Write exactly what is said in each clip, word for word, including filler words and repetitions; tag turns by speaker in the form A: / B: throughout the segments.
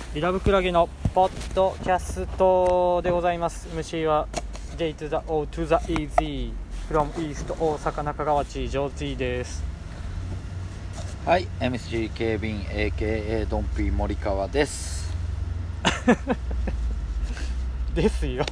A: イラブクラゲのポッドキャストでございます。 エムシー は J to the O to the Easy from East 大阪中川地ジョーズイです。
B: はい、 エムシー 警備員 エーケーエー ドンピー森川です
A: ですよ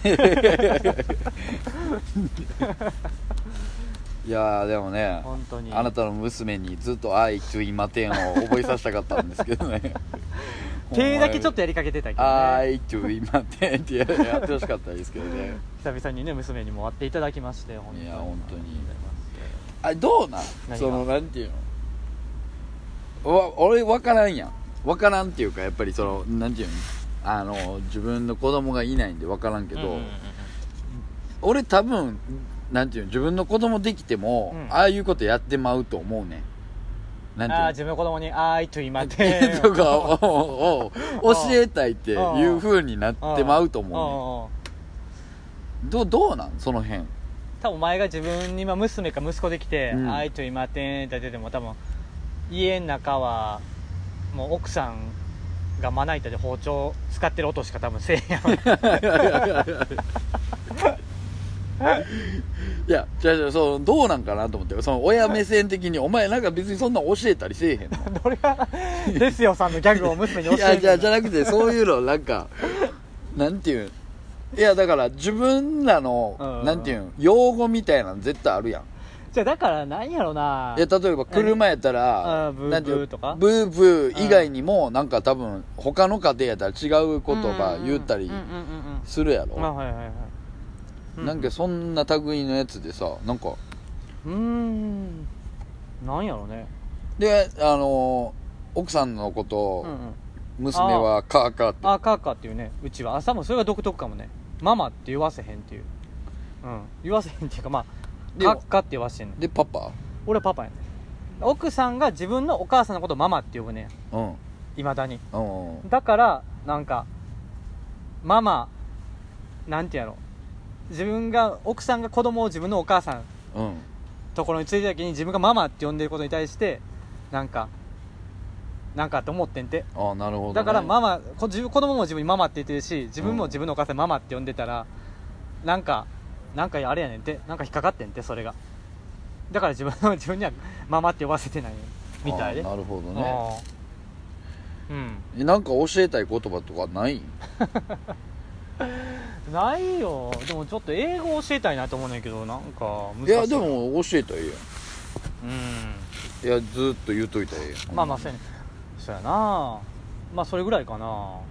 B: いやでもね、
A: 本当に
B: あなたの娘にずっと愛と今点を覚えさせたかったんですけどね
A: 手だけちょっとやりかけてたけどね、
B: 愛と今点ってやってほしかったですけどね
A: 久々にね娘にも会っていただきまして
B: 本当にいや本当に
A: あ
B: あどうなんそのなんていうのわ俺分からんやん分からんっていうかやっぱりそのなんていうのあの自分の子供がいないんで分からんけど、うんうんうんうん、俺多分なんていうの自分の子供できても、うん、ああいうことやってまうと思うね
A: なんていうのあ自分の子供にあーいと今で
B: とかを教えたいっていう風になってまうと思うねど, どうなんその辺
A: 多分お前が自分に今娘か息子できて、うん、あーいと今てって出ても多分家の中はもう奥さんがまな板で包丁使ってる音しか多分せえへんやろ
B: いやじゃあじゃあそうどうなんかなと思ってその親目線的にお前なんか別にそんな教えたりせえへんの
A: どれがですよさんのギャグを娘に教える
B: いやじゃあじゃなくてそういうのなんかなんていうんいやだから自分らの、うん、なんていうん用語みたいなの絶対あるやん
A: じゃあだから何やろない
B: や例えば車やったら
A: あブーブーとか
B: ブーブー以外にもなんか多分他の家庭やったら違う言葉言ったりするやろ
A: はいはいはい
B: なんかそんな類のやつでさなんか
A: うーんなんやろね
B: であの奥さんのことを、うんうん、娘はカーカーって
A: あカーカーっていうねうちは朝もそれが独特かもねママって言わせへんっていううん言わせへんっていうかまあカッカって言わせてんねん
B: でパパ
A: 俺はパパやねん奥さんが自分のお母さんのことをママって呼ぶねんうんいまだにうんだからなんかママなんてやろ自分が奥さんが子供を自分のお母さんのところに連れてた時に自分がママって呼んでることに対してなんかなんかって思ってんて
B: あなるほど、ね、
A: だからママこ自分子供も自分にママって言ってるし自分も自分のお母さんママって呼んでたら、うん、なんかなんかあれやねんてなんか引っかかってんてそれがだから自分の自分にはママって呼ばせてないみたいで
B: なるほどね
A: うん
B: なんか教えたい言葉とかない
A: ないよでもちょっと英語教えたいなと思うねんけどなんか難しい
B: いやでも教えたらいいやん
A: うん
B: いやずっと言うといたらいいやん
A: まあまあそうやねそうやなまあそれぐらいかな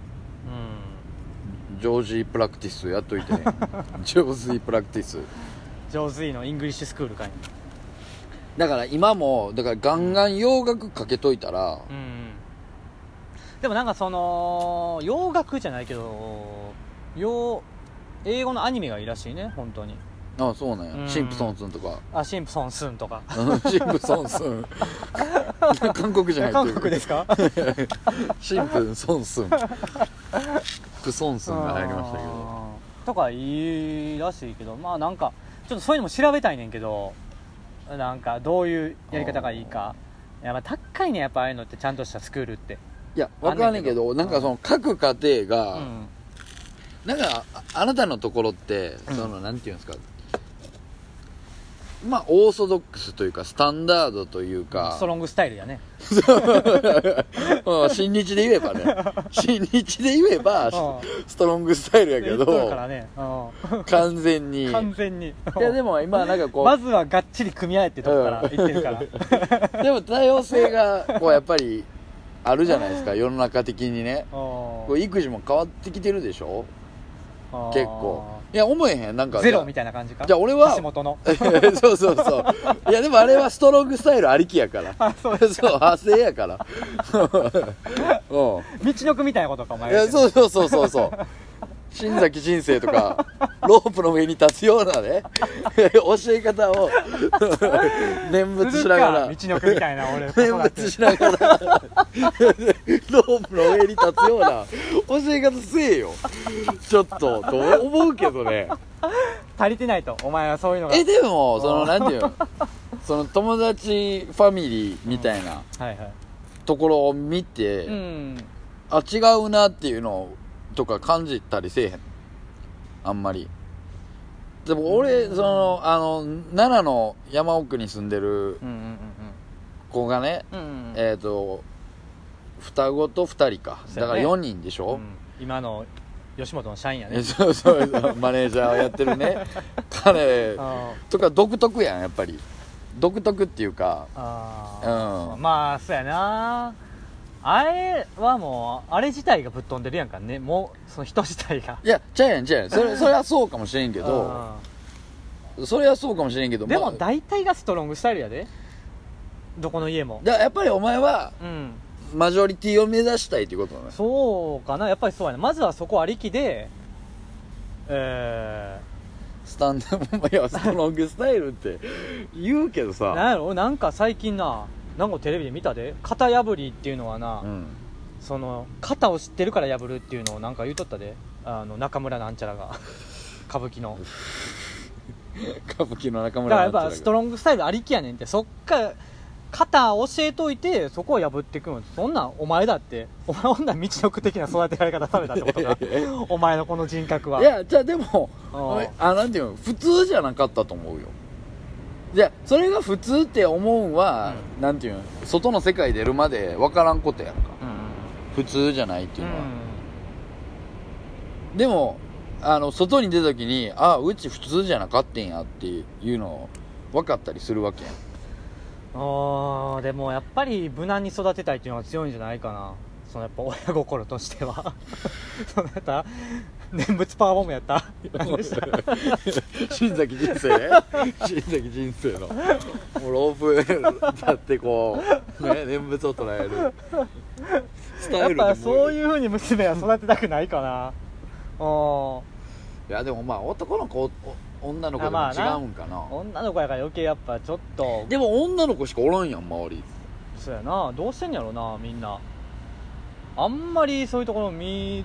B: うんジョージープラクティスやっといてジョーズイプラクティス
A: ジョーズイのイングリッシュスクールかい
B: だから今もだからガンガン洋楽かけといたら、うん、
A: でもなんかその洋楽じゃないけど洋英語のアニメがいいらしいね本当に
B: ああそうなんや、うん、シンプソンスンとか
A: あシンプソンスンとか
B: シンプソンスン韓国じゃない
A: 韓国ですか
B: シンプソンスンプソンスンが入りましたけど
A: とかいいらしいけどまあなんかちょっとそういうのも調べたいねんけどなんかどういうやり方がいいかやっぱ高いねやっぱああいうのってちゃんとしたスクールって
B: いや分かんないけどなんかその各家庭が、うんなんか あ, あなたのところって、うん、そのなんていうんですかまあオーソドックスというかスタンダードというか
A: ストロングスタイルやね
B: 新日で言えばね新日で言えばストロングスタイルやけど、
A: ね、
B: 完全に
A: 完全にい
B: やでも今なんかこう
A: まずはがっちり組み合えってとこから言ってるから
B: でも多様性がこうやっぱりあるじゃないですか世の中的にねこう育児も変わってきてるでしょ結構いや思えへんなんか
A: ゼロみたいな感じか
B: じゃあ俺は
A: 橋本の
B: そうそうそういやでもあれはストロングスタイルありきやから
A: あそうです
B: そう派生やから
A: うん道のくみたいなことかお前
B: いやそうそうそうそうそう新崎人生とかロープの上に立つようなね教え方を念仏しながら
A: 道のくみたいな俺
B: 念仏しながらロープの上に立つような教え方せえよちょっとと思うけどね
A: 足りてないとお前はそういうのが
B: えでもそのなんていうのその友達ファミリーみたいなところを見て、うんあ違うなっていうのとか感じたりせえへんあんまり。でも俺そのあの奈良の山奥に住んでる子がね、うんうんうん、えっ、ー、と双子とふたりか、だからよにんでしょ、うん、
A: 今の吉本の社員やね。
B: そうそうマネージャーをやってるね彼とか独特やんやっぱり。独特っていうか、
A: あ、うん、まあそうやな。あれはもうあれ自体がぶっ飛んでるやんかね。もうその人自体が。
B: いやちゃうやんちゃうやんそれそれはそうかもしれんけどそれはそうかもしれんけど
A: でも大体がストロングスタイルやで、どこの家も。
B: だからやっぱりお前は、うん、マジョリティを目指したいっていうことだね。
A: そうかな、やっぱりそうやね。まずはそこありきで、え
B: ー、スタンダードいやストロングスタイルって言うけどさ、
A: なんやろ、なんか最近な、なんかテレビで見たで、型破りっていうのはな、うん、その型を知ってるから破るっていうのをなんか言うとったで、あの中村なんちゃらが歌舞伎の
B: 歌舞伎の中村なんちゃらが。だからやっ
A: ぱストロングスタイルありきやねんって。そっから型教えといてそこを破っていくの。そんなんお前だってお前女道のく的な育てられ方されたってことかお前のこの人格は。
B: いやじゃあでもあなんていうの普通じゃなかったと思うよ。じゃあそれが普通って思うんは、うん、なんていうの外の世界出るまで分からんことやんか、うん、普通じゃないっていうのは、うん、でもあの外に出た時にあうち普通じゃなかったんやっていうのを分かったりするわけやん。
A: あでもやっぱり無難に育てたいっていうのが強いんじゃないかな。そのやっぱ親心としてはそのやった念仏パワーボムやった
B: 新崎人生ね新崎人生のもうロープ立ってこう、ね、念仏を捉えるスタイルでも
A: やっぱそういう風に娘は育てたくないかな。
B: あいやでもまあ男の子女の子でも違うんかな、まあ、
A: 女の子やから余計やっぱちょっと。
B: でも女の子しかおらんやん周り。
A: そうやな、どうしてんやろなみんな。あんまりそういうところ見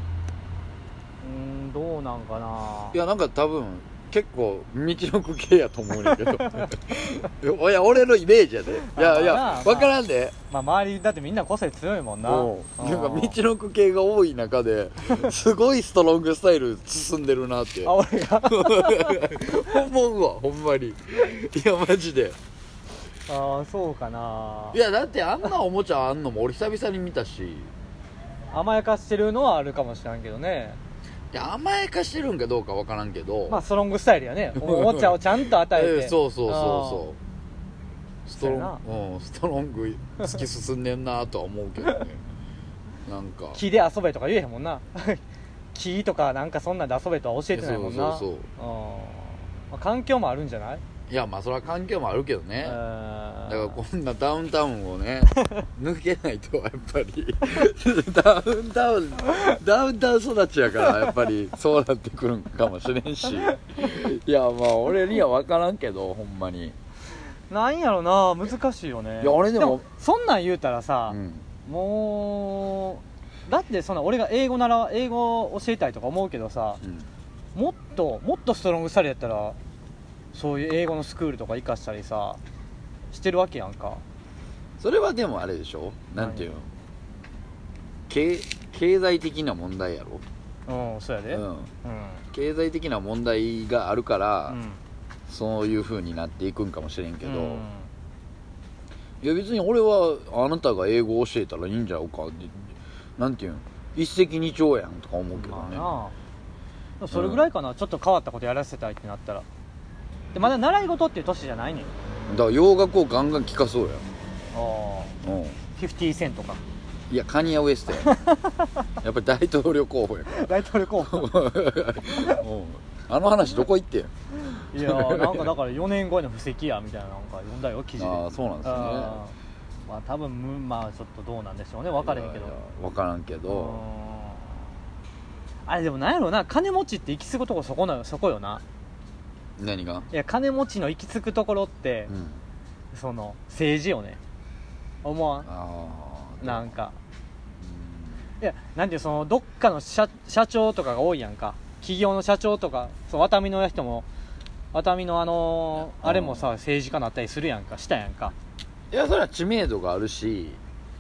A: うんどうなんかな。
B: いやなんか多分結構道のく系やと思うんやけどいや俺のイメージやで。いやいや分からんで、
A: まあ、周りだってみんな個性強いもんな。
B: なんか道のく系が多い中ですごいストロングスタイル進んでるなって
A: あ俺が
B: 思うわほんまに。いやマジで。
A: ああそうかな。
B: いやだってあんなおもちゃあんのも俺久々に見たし。
A: 甘やかしてるのはあるかもしれんけどね。
B: いや甘やかしてるんかどうか分からんけど、
A: まあストロングスタイルやねおもちゃをちゃんと与えて、
B: えー、そうそうそうそうストロン、うん、ストロング突き進んでんなとは思うけどねなんか
A: 木で遊べとか言えへんもんな木とかなんかそんなんで遊べとは教えてないもんな。そうそうそう、まあ、環境もあるんじゃない。
B: いやまあそれは環境もあるけどね。だからこんなダウンタウンをね抜けないとやっぱりダウンタウンダウンタウン育ちやからやっぱりそうなってくるんかもしれんしいやまあ俺には分からんけどほんまに
A: なんやろな難しいよね。
B: いや俺でも、
A: でもそんなん言うたらさ、うん、もうだってそんな俺が英語なら英語を教えたいとか思うけどさ、うん、もっともっとストロングスタイルやったらそういう英語のスクールとか行かしたりさしてるわけやんか。
B: それはでもあれでしょなんていうの経, 経済的な問題やろ。
A: うんそうやで、うんうん、
B: 経済的な問題があるから、うん、そういう風になっていくんかもしれんけど、うん、いや別に俺はあなたが英語を教えたらいいんじゃうかなんていうの一石二鳥やんとか思うけどね、ま
A: あ、なそれぐらいかな、うん、ちょっと変わったことやらせたいってなったら。でまだ習い事っていう年じゃないねん。
B: だから洋楽をガンガン聴かそうや。
A: ああ、うん、フィフティーセントか。
B: いやカニエ・ウエストややっぱり大統領候補やから
A: 大統領候補
B: あの話どこ行ってん
A: いやなんかだからよねんごの布石やみたいななんか読んだよ記事で。
B: ああそうなんですね。
A: まあ多分まあちょっとどうなんでしょうね分からへんけど。
B: 分からんけど
A: あれでもなんやろな金持ちって行き着くとこそこなそこよな。
B: 何が。
A: いや金持ちの行き着くところって、うん、その政治よね思わん。あなんか、うん、いやなんていうそのどっかの 社, 社長とかが多いやんか。企業の社長とかそのワタミの人もワタミのあのー、あれもさ政治家になったりするやんかしたやんか。
B: いやそれは知名度があるし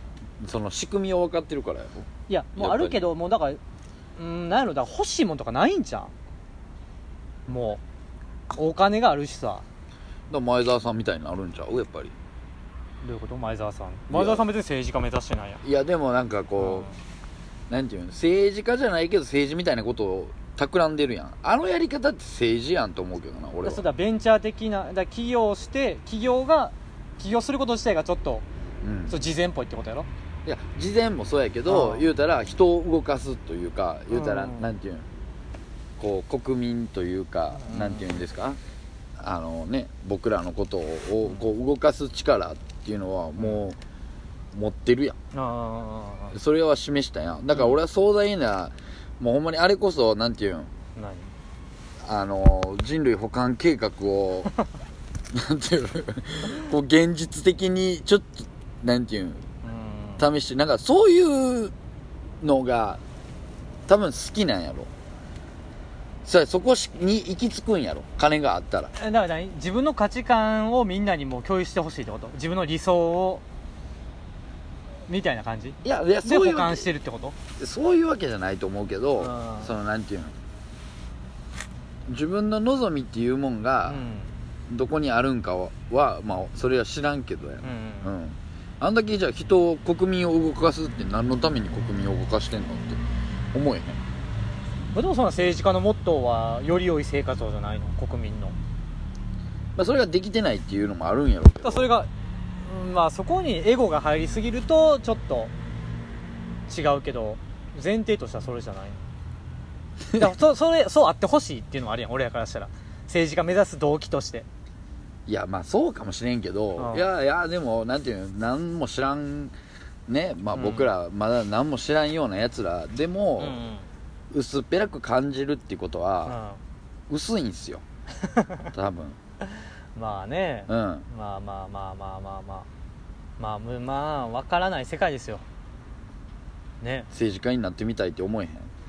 B: その仕組みを分かってるからやろ。
A: いやもうあるけどもうだからうんなんやろだから欲しいもんとかないんじゃん。もうお金があるしさ。だか
B: ら前澤さんみたいになるんちゃうやっぱり。
A: どういうこと？前澤さん前澤さん別に政治家目指してないやん。
B: いやでもなんかこう、うん、なんていうの政治家じゃないけど政治みたいなことを企んでるやん。あのやり方って政治やんと思うけどな俺は。
A: そうだベンチャー的なだ起業して企業が起業すること自体がちょっと、うん、そう事前っぽいってことやろ。
B: いや事前もそうやけど言うたら人を動かすというか言うたら、うん、なんていうのこう国民というか、うん、なんていうんですかあのね僕らのことをこう動かす力っていうのはもう持ってるやん。あそれは示したやん。だから俺は壮大な、うん、もうほんまにあれこそなんていうん何あの人類補完計画をなんていうこう現実的にちょっとなんていうん試してなんかそういうのが多分好きなんやろ。そ, そこに行き着くんやろ金があったら。
A: だから何自分の価値観をみんなにも共有してほしいってこと？自分の理想をみたいな感じ？
B: いやいや
A: そういうで補完してるってこと？
B: そういうわけじゃないと思うけど、そのなんていうの自分の望みっていうもんがどこにあるんかは、はまあそれは知らんけどや、うんうんうん、あんだけじゃあ人を国民を動かすって何のために国民を動かしてんのって思えへん。
A: でもその政治家のモットーはより良い生活をじゃないの国民の、
B: まあ、それができてないっていうのもあるんやろうけど
A: それが、うん、まあそこにエゴが入りすぎるとちょっと違うけど前提としてはそれじゃないのだから そ, それそうあってほしいっていうのもあるやん俺らからしたら政治家目指す動機として。
B: いやまあそうかもしれんけど、うん、いやいやでもなんていうの何も知らんねまあ僕らまだ何も知らんようなやつらでも、うんうん薄っぺらく感じるっていうことは、うん、薄いんすよ多分
A: まあね、うん、まあまあまあまあまあまあまあまあ分からない世界ですよね。
B: 政治家になってみたいって思えへん？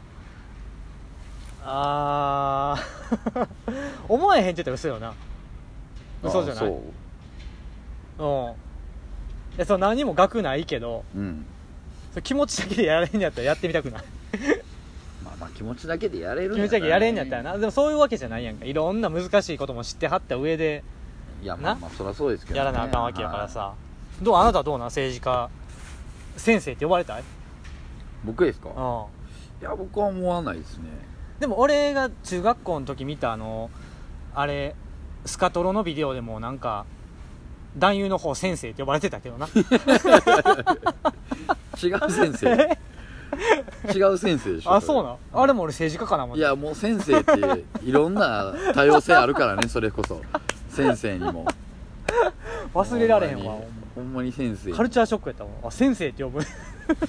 A: あー思えへんって言ったら嘘よな。嘘じゃない？そううんでそう何も学ないけど、うん、そ気持ちだけでやれんやったらやってみたくない
B: まあ、気持ちだけでやれるん
A: やったら、ね、気持ちだけやれんやったらな。でもそういうわけじゃないやんか。いろんな難しいことも知ってはった上で
B: いやまあまあそりゃそうですけど、ね、
A: やらなあかんわけやからさ、はい、どうあなたはどうなん政治家先生って呼ばれたい？
B: 僕ですか？うんいや僕は思わないですね。
A: でも俺が中学校の時見たあのあれスカトロのビデオでもなんか男優の方先生って呼ばれてたけどな
B: 違う先生違う先生でしょ。
A: あそうなんあれも俺政治家かな思って。
B: いやもう先生っていろんな多様性あるからねそれこそ先生にも
A: 忘れられへんわ
B: ほんまに先生
A: カルチャーショックやったもん。あ先生って呼ぶい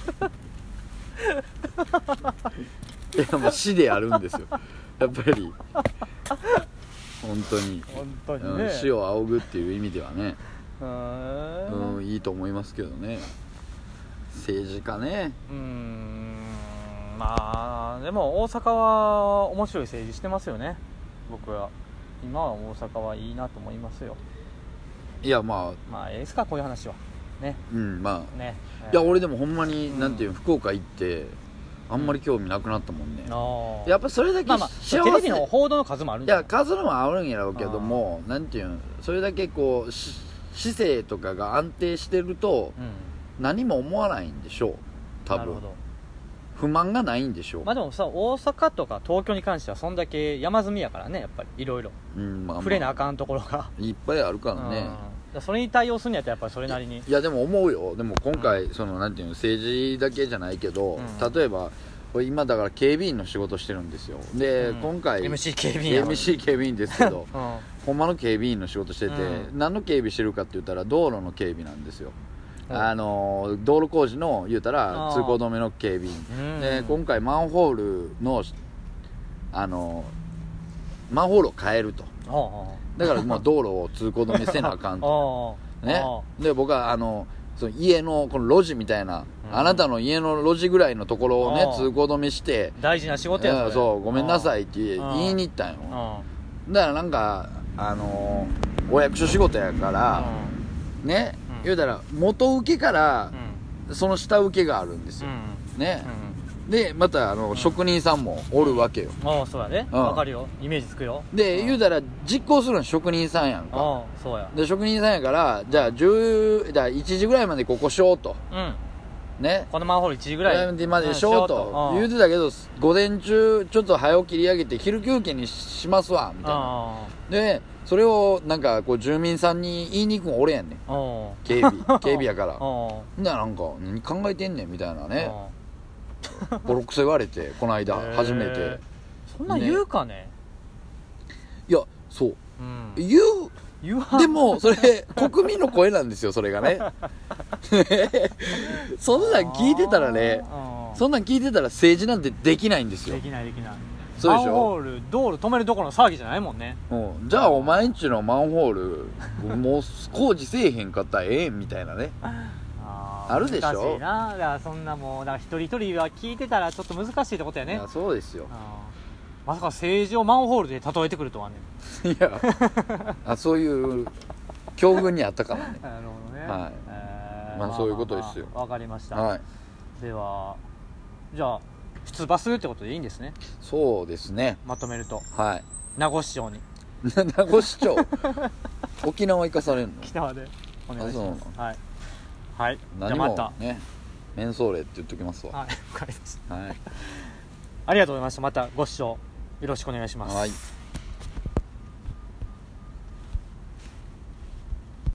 B: やもう死であるんですよやっぱり本当に
A: 本当に、ねうん、
B: 死を仰ぐっていう意味ではねうーんいいと思いますけどね。政治家ねうーん
A: まあでも大阪は面白い政治してますよね。僕は今は大阪はいいなと思いますよ。
B: いやまあ
A: まあええですかこういう話はね。
B: うんまあねいや俺でもほんまに、うん、なんていう福岡行ってあんまり興味なくなったもんね、うん、やっぱそれだけ幸せ、まあまあ、
A: テレビの報道の数もあるんじゃない？
B: いや数のもあるんやろうけどもなんていうのそれだけこう市政とかが安定してると、うん何も思わないんでしょう多分。なるほど不満がないんでしょう。
A: まあでもさ大阪とか東京に関してはそんだけ山積みやからねやっぱりいろいろ触れなあかんところが
B: いっぱいあるからね、
A: うん、それに対応するんやったらやっぱりそれなりに。
B: いやでも思うよ。でも今回、うん、そのなんていうの政治だけじゃないけど、うん、例えばこれ今だから警備員の仕事してるんですよ。で、うん、今回
A: エムシー 警備員
B: エムシー 警備員ですけど、うん、ほんまの警備員の仕事してて、うん、何の警備してるかって言ったら道路の警備なんですよ。あの道路工事の言うたら通行止めの警備員で今回マンホールのあのマンホールを変えるとだからまあ道路を通行止めせなあかんとね。で僕はあのその家のこの路地みたいな、うん、あなたの家の路地ぐらいのところをね通行止めして
A: 大事な仕事やそれ
B: そうごめんなさいって言いに行ったんよ。だからなんかあのお役所仕事やからね言うたら元請けからその下請けがあるんですよ、うん、ね、うん、でまたあの、うん、職人さんもおるわけよ、
A: うん、ああそうやね、うん、分かるよ、イメージつくよ。
B: で、うん、言うたら実行するのは職人さんやんか。
A: ああそうや。
B: で職人さんやからじゃあじゅうだいちじぐらいまでここしようと、うんね、
A: このマンホールいちじぐらい
B: までしようと言うてたけど、午前中ちょっと早起きり上げて昼休憩にしますわみたいな。でそれをなんかこう住民さんに言いに行くん俺やんねん、警備警備やからな、なんか何考えてんねんみたいなね、ボロクソ言われてこの間初めて。
A: そんなん言うかね。
B: いやそう、うん、言うでもそれ国民の声なんですよそれがねそんなん聞いてたらね、そんなん聞いてたら政治なんてできないんですよ。
A: できないできない。
B: そうでしょ。
A: マンホール道路止めるどころの騒ぎじゃないもんね。
B: うん、じゃあお前んちのマンホールもう工事せえへんかったらええみたいなねあ, あるでしょ。
A: 難しいな。だからそんなもうだから一人一人は聞いてたらちょっと難しいってことやね。いや
B: そうですよ。
A: まさか政治をマンホールで例えてくるとはね。
B: いやあそういう境遇にあったからね。
A: なるほどね。
B: はい、えー、まあそういうことですよ。
A: わ、まあまあ、かりました、
B: はい、
A: ではじゃあ出馬するってことでいいんですね。
B: そうですね、
A: まとめると。
B: はい、
A: 名護市長に
B: 名護市長沖縄行かされるの。
A: 沖縄でお願いします。はい、はい、
B: 何もじゃあまたねメンソーレって言っときますわ。
A: はい、わかりました、
B: はい、
A: ありがとうございました。またご視聴よろしくお願いします。
B: はい。